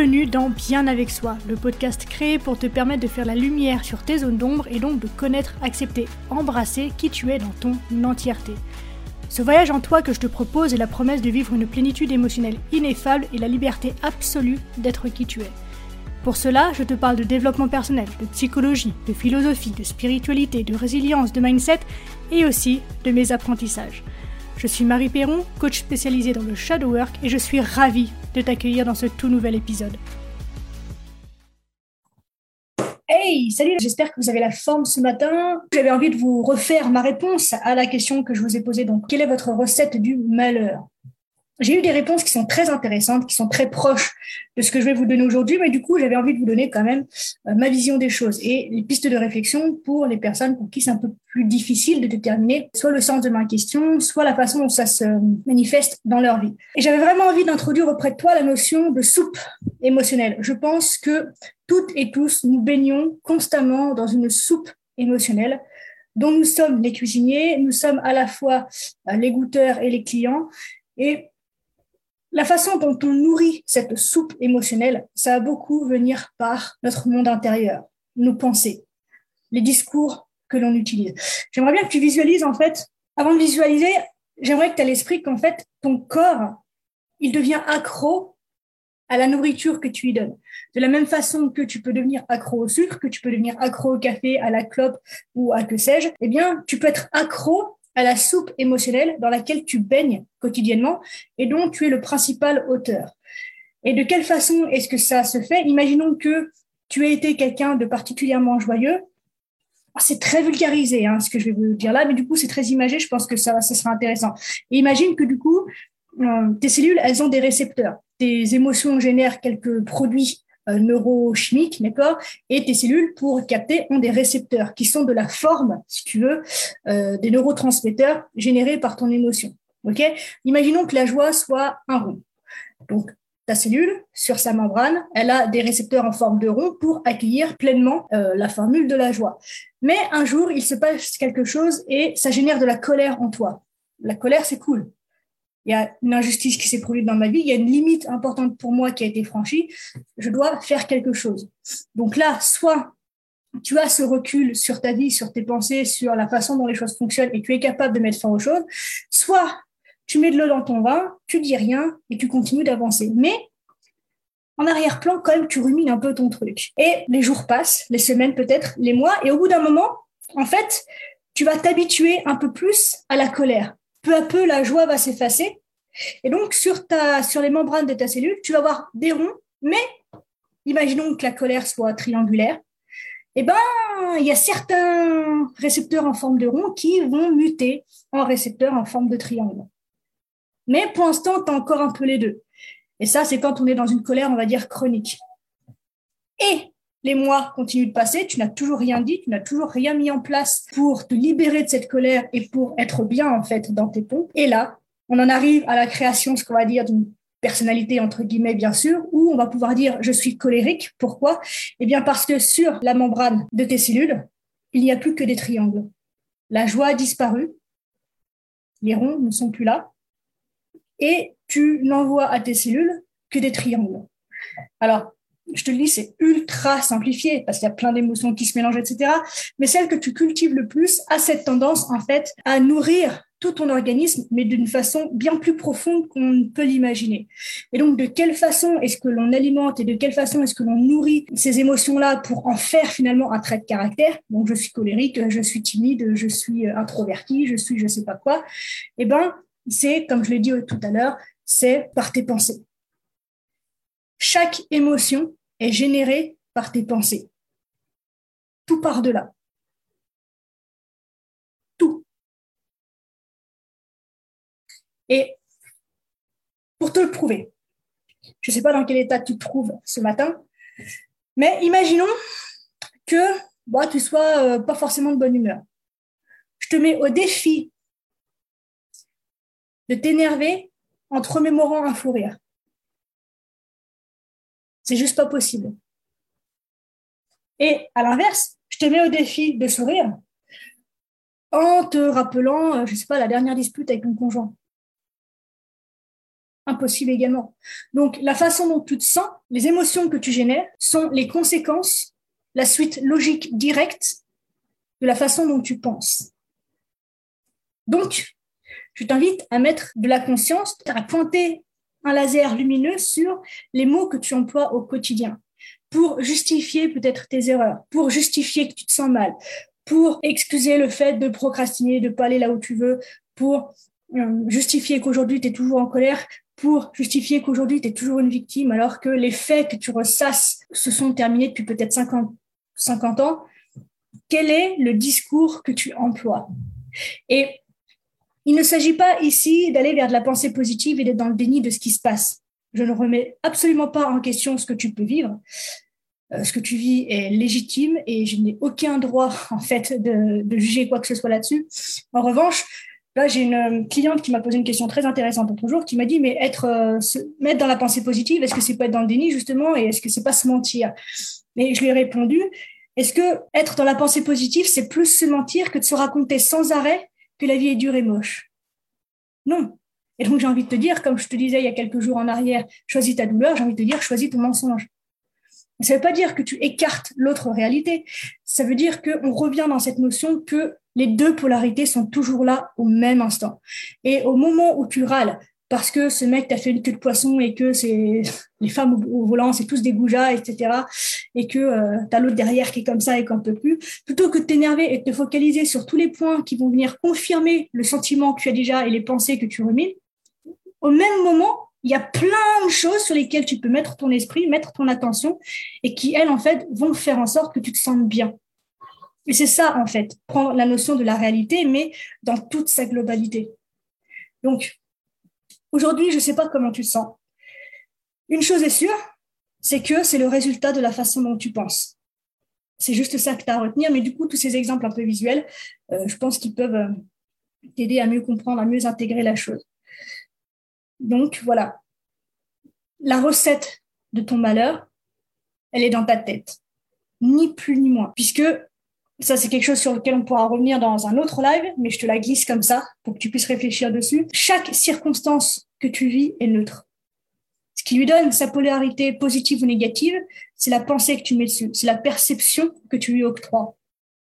Bienvenue dans Bien avec soi, le podcast créé pour te permettre de faire la lumière sur tes zones d'ombre et donc de connaître, accepter, embrasser qui tu es dans ton entièreté. Ce voyage en toi que je te propose est la promesse de vivre une plénitude émotionnelle ineffable et la liberté absolue d'être qui tu es. Pour cela, je te parle de développement personnel, de psychologie, de philosophie, de spiritualité, de résilience, de mindset et aussi de mes apprentissages. Je suis Marie Perron, coach spécialisée dans le shadow work et je suis ravie de t'accueillir dans ce tout nouvel épisode. Hey, salut, j'espère que vous avez la forme ce matin. J'avais envie de vous refaire ma réponse à la question que je vous ai posée. Donc, quelle est votre recette du malheur ? J'ai eu des réponses qui sont très intéressantes, qui sont très proches de ce que je vais vous donner aujourd'hui, mais du coup, j'avais envie de vous donner quand même ma vision des choses et les pistes de réflexion pour les personnes pour qui c'est un peu plus difficile de déterminer soit le sens de ma question, soit la façon dont ça se manifeste dans leur vie. Et j'avais vraiment envie d'introduire auprès de toi la notion de soupe émotionnelle. Je pense que toutes et tous, nous baignons constamment dans une soupe émotionnelle dont nous sommes les cuisiniers, nous sommes à la fois les goûteurs et les clients. Et la façon dont on nourrit cette soupe émotionnelle, ça va beaucoup venir par notre monde intérieur, nos pensées, les discours que l'on utilise. J'aimerais bien que tu visualises, en fait, avant de visualiser, j'aimerais que tu aies à l'esprit qu'en fait, ton corps, il devient accro à la nourriture que tu lui donnes. De la même façon que tu peux devenir accro au sucre, que tu peux devenir accro au café, à la clope ou à que sais-je, eh bien, tu peux être accro à la soupe émotionnelle dans laquelle tu baignes quotidiennement et dont tu es le principal auteur. Et de quelle façon est-ce que ça se fait ? Imaginons que tu aies été quelqu'un de particulièrement joyeux. C'est très vulgarisé, ce que je vais vous dire là, mais du coup, c'est très imagé. Je pense que ça sera intéressant. Et imagine que du coup, tes cellules, elles ont des récepteurs. Tes émotions génèrent quelques produits neurochimiques, d'accord ? Et tes cellules, pour capter, ont des récepteurs qui sont de la forme, si tu veux, des neurotransmetteurs générés par ton émotion. Ok ? Imaginons que la joie soit un rond. Donc, ta cellule, sur sa membrane, elle a des récepteurs en forme de rond pour accueillir pleinement la formule de la joie. Mais un jour, il se passe quelque chose et ça génère de la colère en toi. La colère, c'est cool. Il y a une injustice qui s'est produite dans ma vie, il y a une limite importante pour moi qui a été franchie, je dois faire quelque chose. Donc là, soit tu as ce recul sur ta vie, sur tes pensées, sur la façon dont les choses fonctionnent et tu es capable de mettre fin aux choses, soit tu mets de l'eau dans ton vin, tu dis rien et tu continues d'avancer. Mais en arrière-plan, quand même, tu rumines un peu ton truc. Et les jours passent, les semaines peut-être, les mois, et au bout d'un moment, en fait, tu vas t'habituer un peu plus à la colère. Peu à peu, la joie va s'effacer. Et donc, sur les membranes de ta cellule, tu vas avoir des ronds, mais imaginons que la colère soit triangulaire. Eh ben, il y a certains récepteurs en forme de rond qui vont muter en récepteurs en forme de triangle. Mais pour l'instant, tu as encore un peu les deux. Et ça, c'est quand on est dans une colère, on va dire, chronique. Et les mois continuent de passer, tu n'as toujours rien dit, tu n'as toujours rien mis en place pour te libérer de cette colère et pour être bien, en fait, dans tes pompes. Et là, on en arrive à la création, ce qu'on va dire, d'une personnalité, entre guillemets, bien sûr, où on va pouvoir dire « je suis colérique ». Pourquoi ? Eh bien, parce que sur la membrane de tes cellules, il n'y a plus que des triangles. La joie a disparu, les ronds ne sont plus là, et tu n'envoies à tes cellules que des triangles. Alors, je te le dis, c'est ultra simplifié parce qu'il y a plein d'émotions qui se mélangent, etc. Mais celle que tu cultives le plus a cette tendance, en fait, à nourrir tout ton organisme, mais d'une façon bien plus profonde qu'on ne peut l'imaginer. Et donc, de quelle façon est-ce que l'on alimente et de quelle façon est-ce que l'on nourrit ces émotions-là pour en faire finalement un trait de caractère ? Donc, je suis colérique, je suis timide, je suis introverti, je suis je sais pas quoi. Eh ben, c'est, comme je l'ai dit tout à l'heure, c'est par tes pensées. Chaque émotion est générée par tes pensées. Tout part de là. Tout. Et pour te le prouver, je ne sais pas dans quel état tu te trouves ce matin, mais imaginons que tu sois pas forcément de bonne humeur. Je te mets au défi de t'énerver en te remémorant un fou rire. C'est juste pas possible. Et à l'inverse, je te mets au défi de sourire en te rappelant, je sais pas, la dernière dispute avec ton conjoint. Impossible également. Donc, la façon dont tu te sens, les émotions que tu génères sont les conséquences, la suite logique directe de la façon dont tu penses. Donc, je t'invite à mettre de la conscience, à pointer un laser lumineux sur les mots que tu emploies au quotidien pour justifier peut-être tes erreurs, pour justifier que tu te sens mal, pour excuser le fait de procrastiner, de ne pas aller là où tu veux, pour justifier qu'aujourd'hui tu es toujours en colère, pour justifier qu'aujourd'hui tu es toujours une victime alors que les faits que tu ressasses se sont terminés depuis peut-être 50 ans. Quel est le discours que tu emploies? Et il ne s'agit pas ici d'aller vers de la pensée positive et d'être dans le déni de ce qui se passe. Je ne remets absolument pas en question ce que tu peux vivre. Ce que tu vis est légitime et je n'ai aucun droit, en fait, de juger quoi que ce soit là-dessus. En revanche, là, j'ai une cliente qui m'a posé une question très intéressante l'autre jour, qui m'a dit, mais se mettre dans la pensée positive, est-ce que c'est pas être dans le déni, justement, et est-ce que c'est pas se mentir? Et je lui ai répondu, est-ce que être dans la pensée positive, c'est plus se mentir que de se raconter sans arrêt que la vie est dure et moche? Non. Et donc, j'ai envie de te dire, comme je te disais il y a quelques jours en arrière, choisis ta douleur, j'ai envie de te dire, choisis ton mensonge. Ça ne veut pas dire que tu écartes l'autre réalité. Ça veut dire qu'on revient dans cette notion que les deux polarités sont toujours là au même instant. Et au moment où tu râles parce que ce mec t'a fait une queue de poisson et que c'est les femmes au volant, c'est tous des goujats, etc., et que t'as l'autre derrière qui est comme ça et qu'on ne peut plus, plutôt que de t'énerver et de te focaliser sur tous les points qui vont venir confirmer le sentiment que tu as déjà et les pensées que tu rumines, au même moment, il y a plein de choses sur lesquelles tu peux mettre ton esprit, mettre ton attention et qui, elles, en fait, vont faire en sorte que tu te sentes bien. Et c'est ça, en fait, prendre la notion de la réalité, mais dans toute sa globalité. Donc, aujourd'hui, je ne sais pas comment tu te sens. Une chose est sûre, c'est que c'est le résultat de la façon dont tu penses. C'est juste ça que tu as à retenir, mais du coup, tous ces exemples un peu visuels, je pense qu'ils peuvent t'aider à mieux comprendre, à mieux intégrer la chose. Donc, voilà. La recette de ton malheur, elle est dans ta tête. Ni plus ni moins. Puisque ça, c'est quelque chose sur lequel on pourra revenir dans un autre live, mais je te la glisse comme ça pour que tu puisses réfléchir dessus. Chaque circonstance que tu vis est neutre. Ce qui lui donne sa polarité positive ou négative, c'est la pensée que tu mets dessus. C'est la perception que tu lui octroies.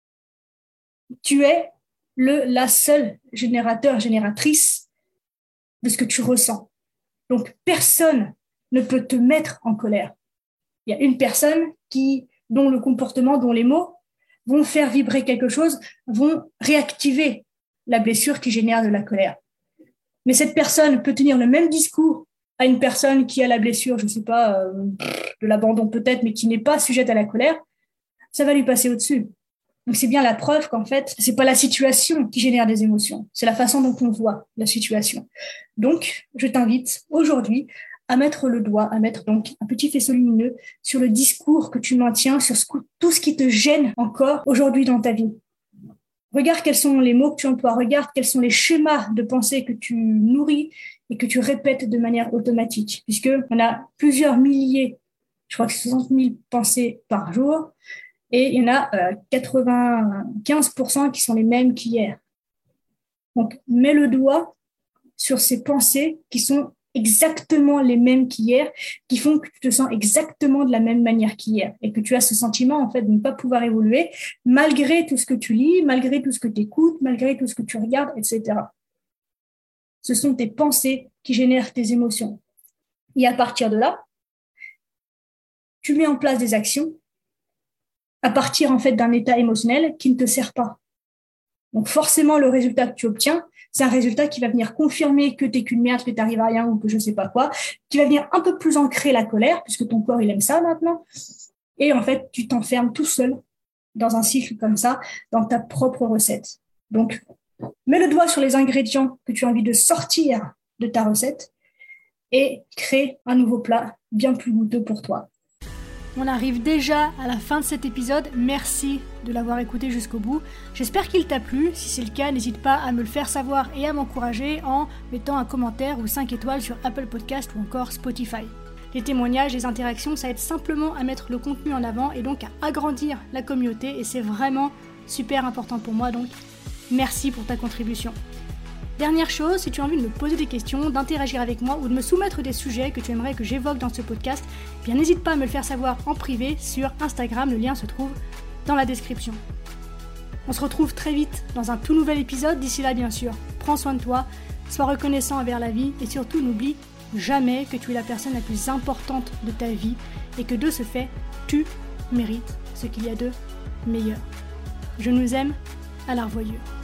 Tu es la seule génératrice de ce que tu ressens. Donc, personne ne peut te mettre en colère. Il y a une personne dont le comportement, dont les mots vont faire vibrer quelque chose, vont réactiver la blessure qui génère de la colère. Mais cette personne peut tenir le même discours à une personne qui a la blessure, je ne sais pas, de l'abandon peut-être, mais qui n'est pas sujette à la colère, ça va lui passer au-dessus. Donc, c'est bien la preuve qu'en fait, c'est pas la situation qui génère des émotions, c'est la façon dont on voit la situation. Donc, je t'invite aujourd'hui à mettre le doigt, à mettre donc un petit faisceau lumineux sur le discours que tu maintiens, sur tout ce qui te gêne encore aujourd'hui dans ta vie. Regarde quels sont les mots que tu emploies, regarde quels sont les schémas de pensée que tu nourris et que tu répètes de manière automatique, puisqu'on a plusieurs milliers, je crois que c'est 60 000 pensées par jour, et il y en a 95% qui sont les mêmes qu'hier. Donc, mets le doigt sur ces pensées qui sont exactement les mêmes qu'hier, qui font que tu te sens exactement de la même manière qu'hier et que tu as ce sentiment en fait de ne pas pouvoir évoluer malgré tout ce que tu lis, malgré tout ce que tu écoutes, malgré tout ce que tu regardes, etc. Ce sont tes pensées qui génèrent tes émotions. Et à partir de là, tu mets en place des actions à partir en fait d'un état émotionnel qui ne te sert pas. Donc forcément, le résultat que tu obtiens, c'est un résultat qui va venir confirmer que t'es qu'une merde, que t'arrives à rien ou que je sais pas quoi, qui va venir un peu plus ancrer la colère, puisque ton corps, il aime ça maintenant. Et en fait, tu t'enfermes tout seul dans un cycle comme ça, dans ta propre recette. Donc, mets le doigt sur les ingrédients que tu as envie de sortir de ta recette et crée un nouveau plat bien plus goûteux pour toi. On arrive déjà à la fin de cet épisode. Merci de l'avoir écouté jusqu'au bout. J'espère qu'il t'a plu. Si c'est le cas, n'hésite pas à me le faire savoir et à m'encourager en mettant un commentaire ou 5 étoiles sur Apple Podcast ou encore Spotify. Les témoignages, les interactions, ça aide simplement à mettre le contenu en avant et donc à agrandir la communauté et c'est vraiment super important pour moi. Donc, merci pour ta contribution. Dernière chose, si tu as envie de me poser des questions, d'interagir avec moi ou de me soumettre des sujets que tu aimerais que j'évoque dans ce podcast, eh bien n'hésite pas à me le faire savoir en privé sur Instagram, le lien se trouve dans la description. On se retrouve très vite dans un tout nouvel épisode. D'ici là, bien sûr, prends soin de toi, sois reconnaissant envers la vie et surtout n'oublie jamais que tu es la personne la plus importante de ta vie et que de ce fait, tu mérites ce qu'il y a de meilleur. Je nous aime, à la revoyure.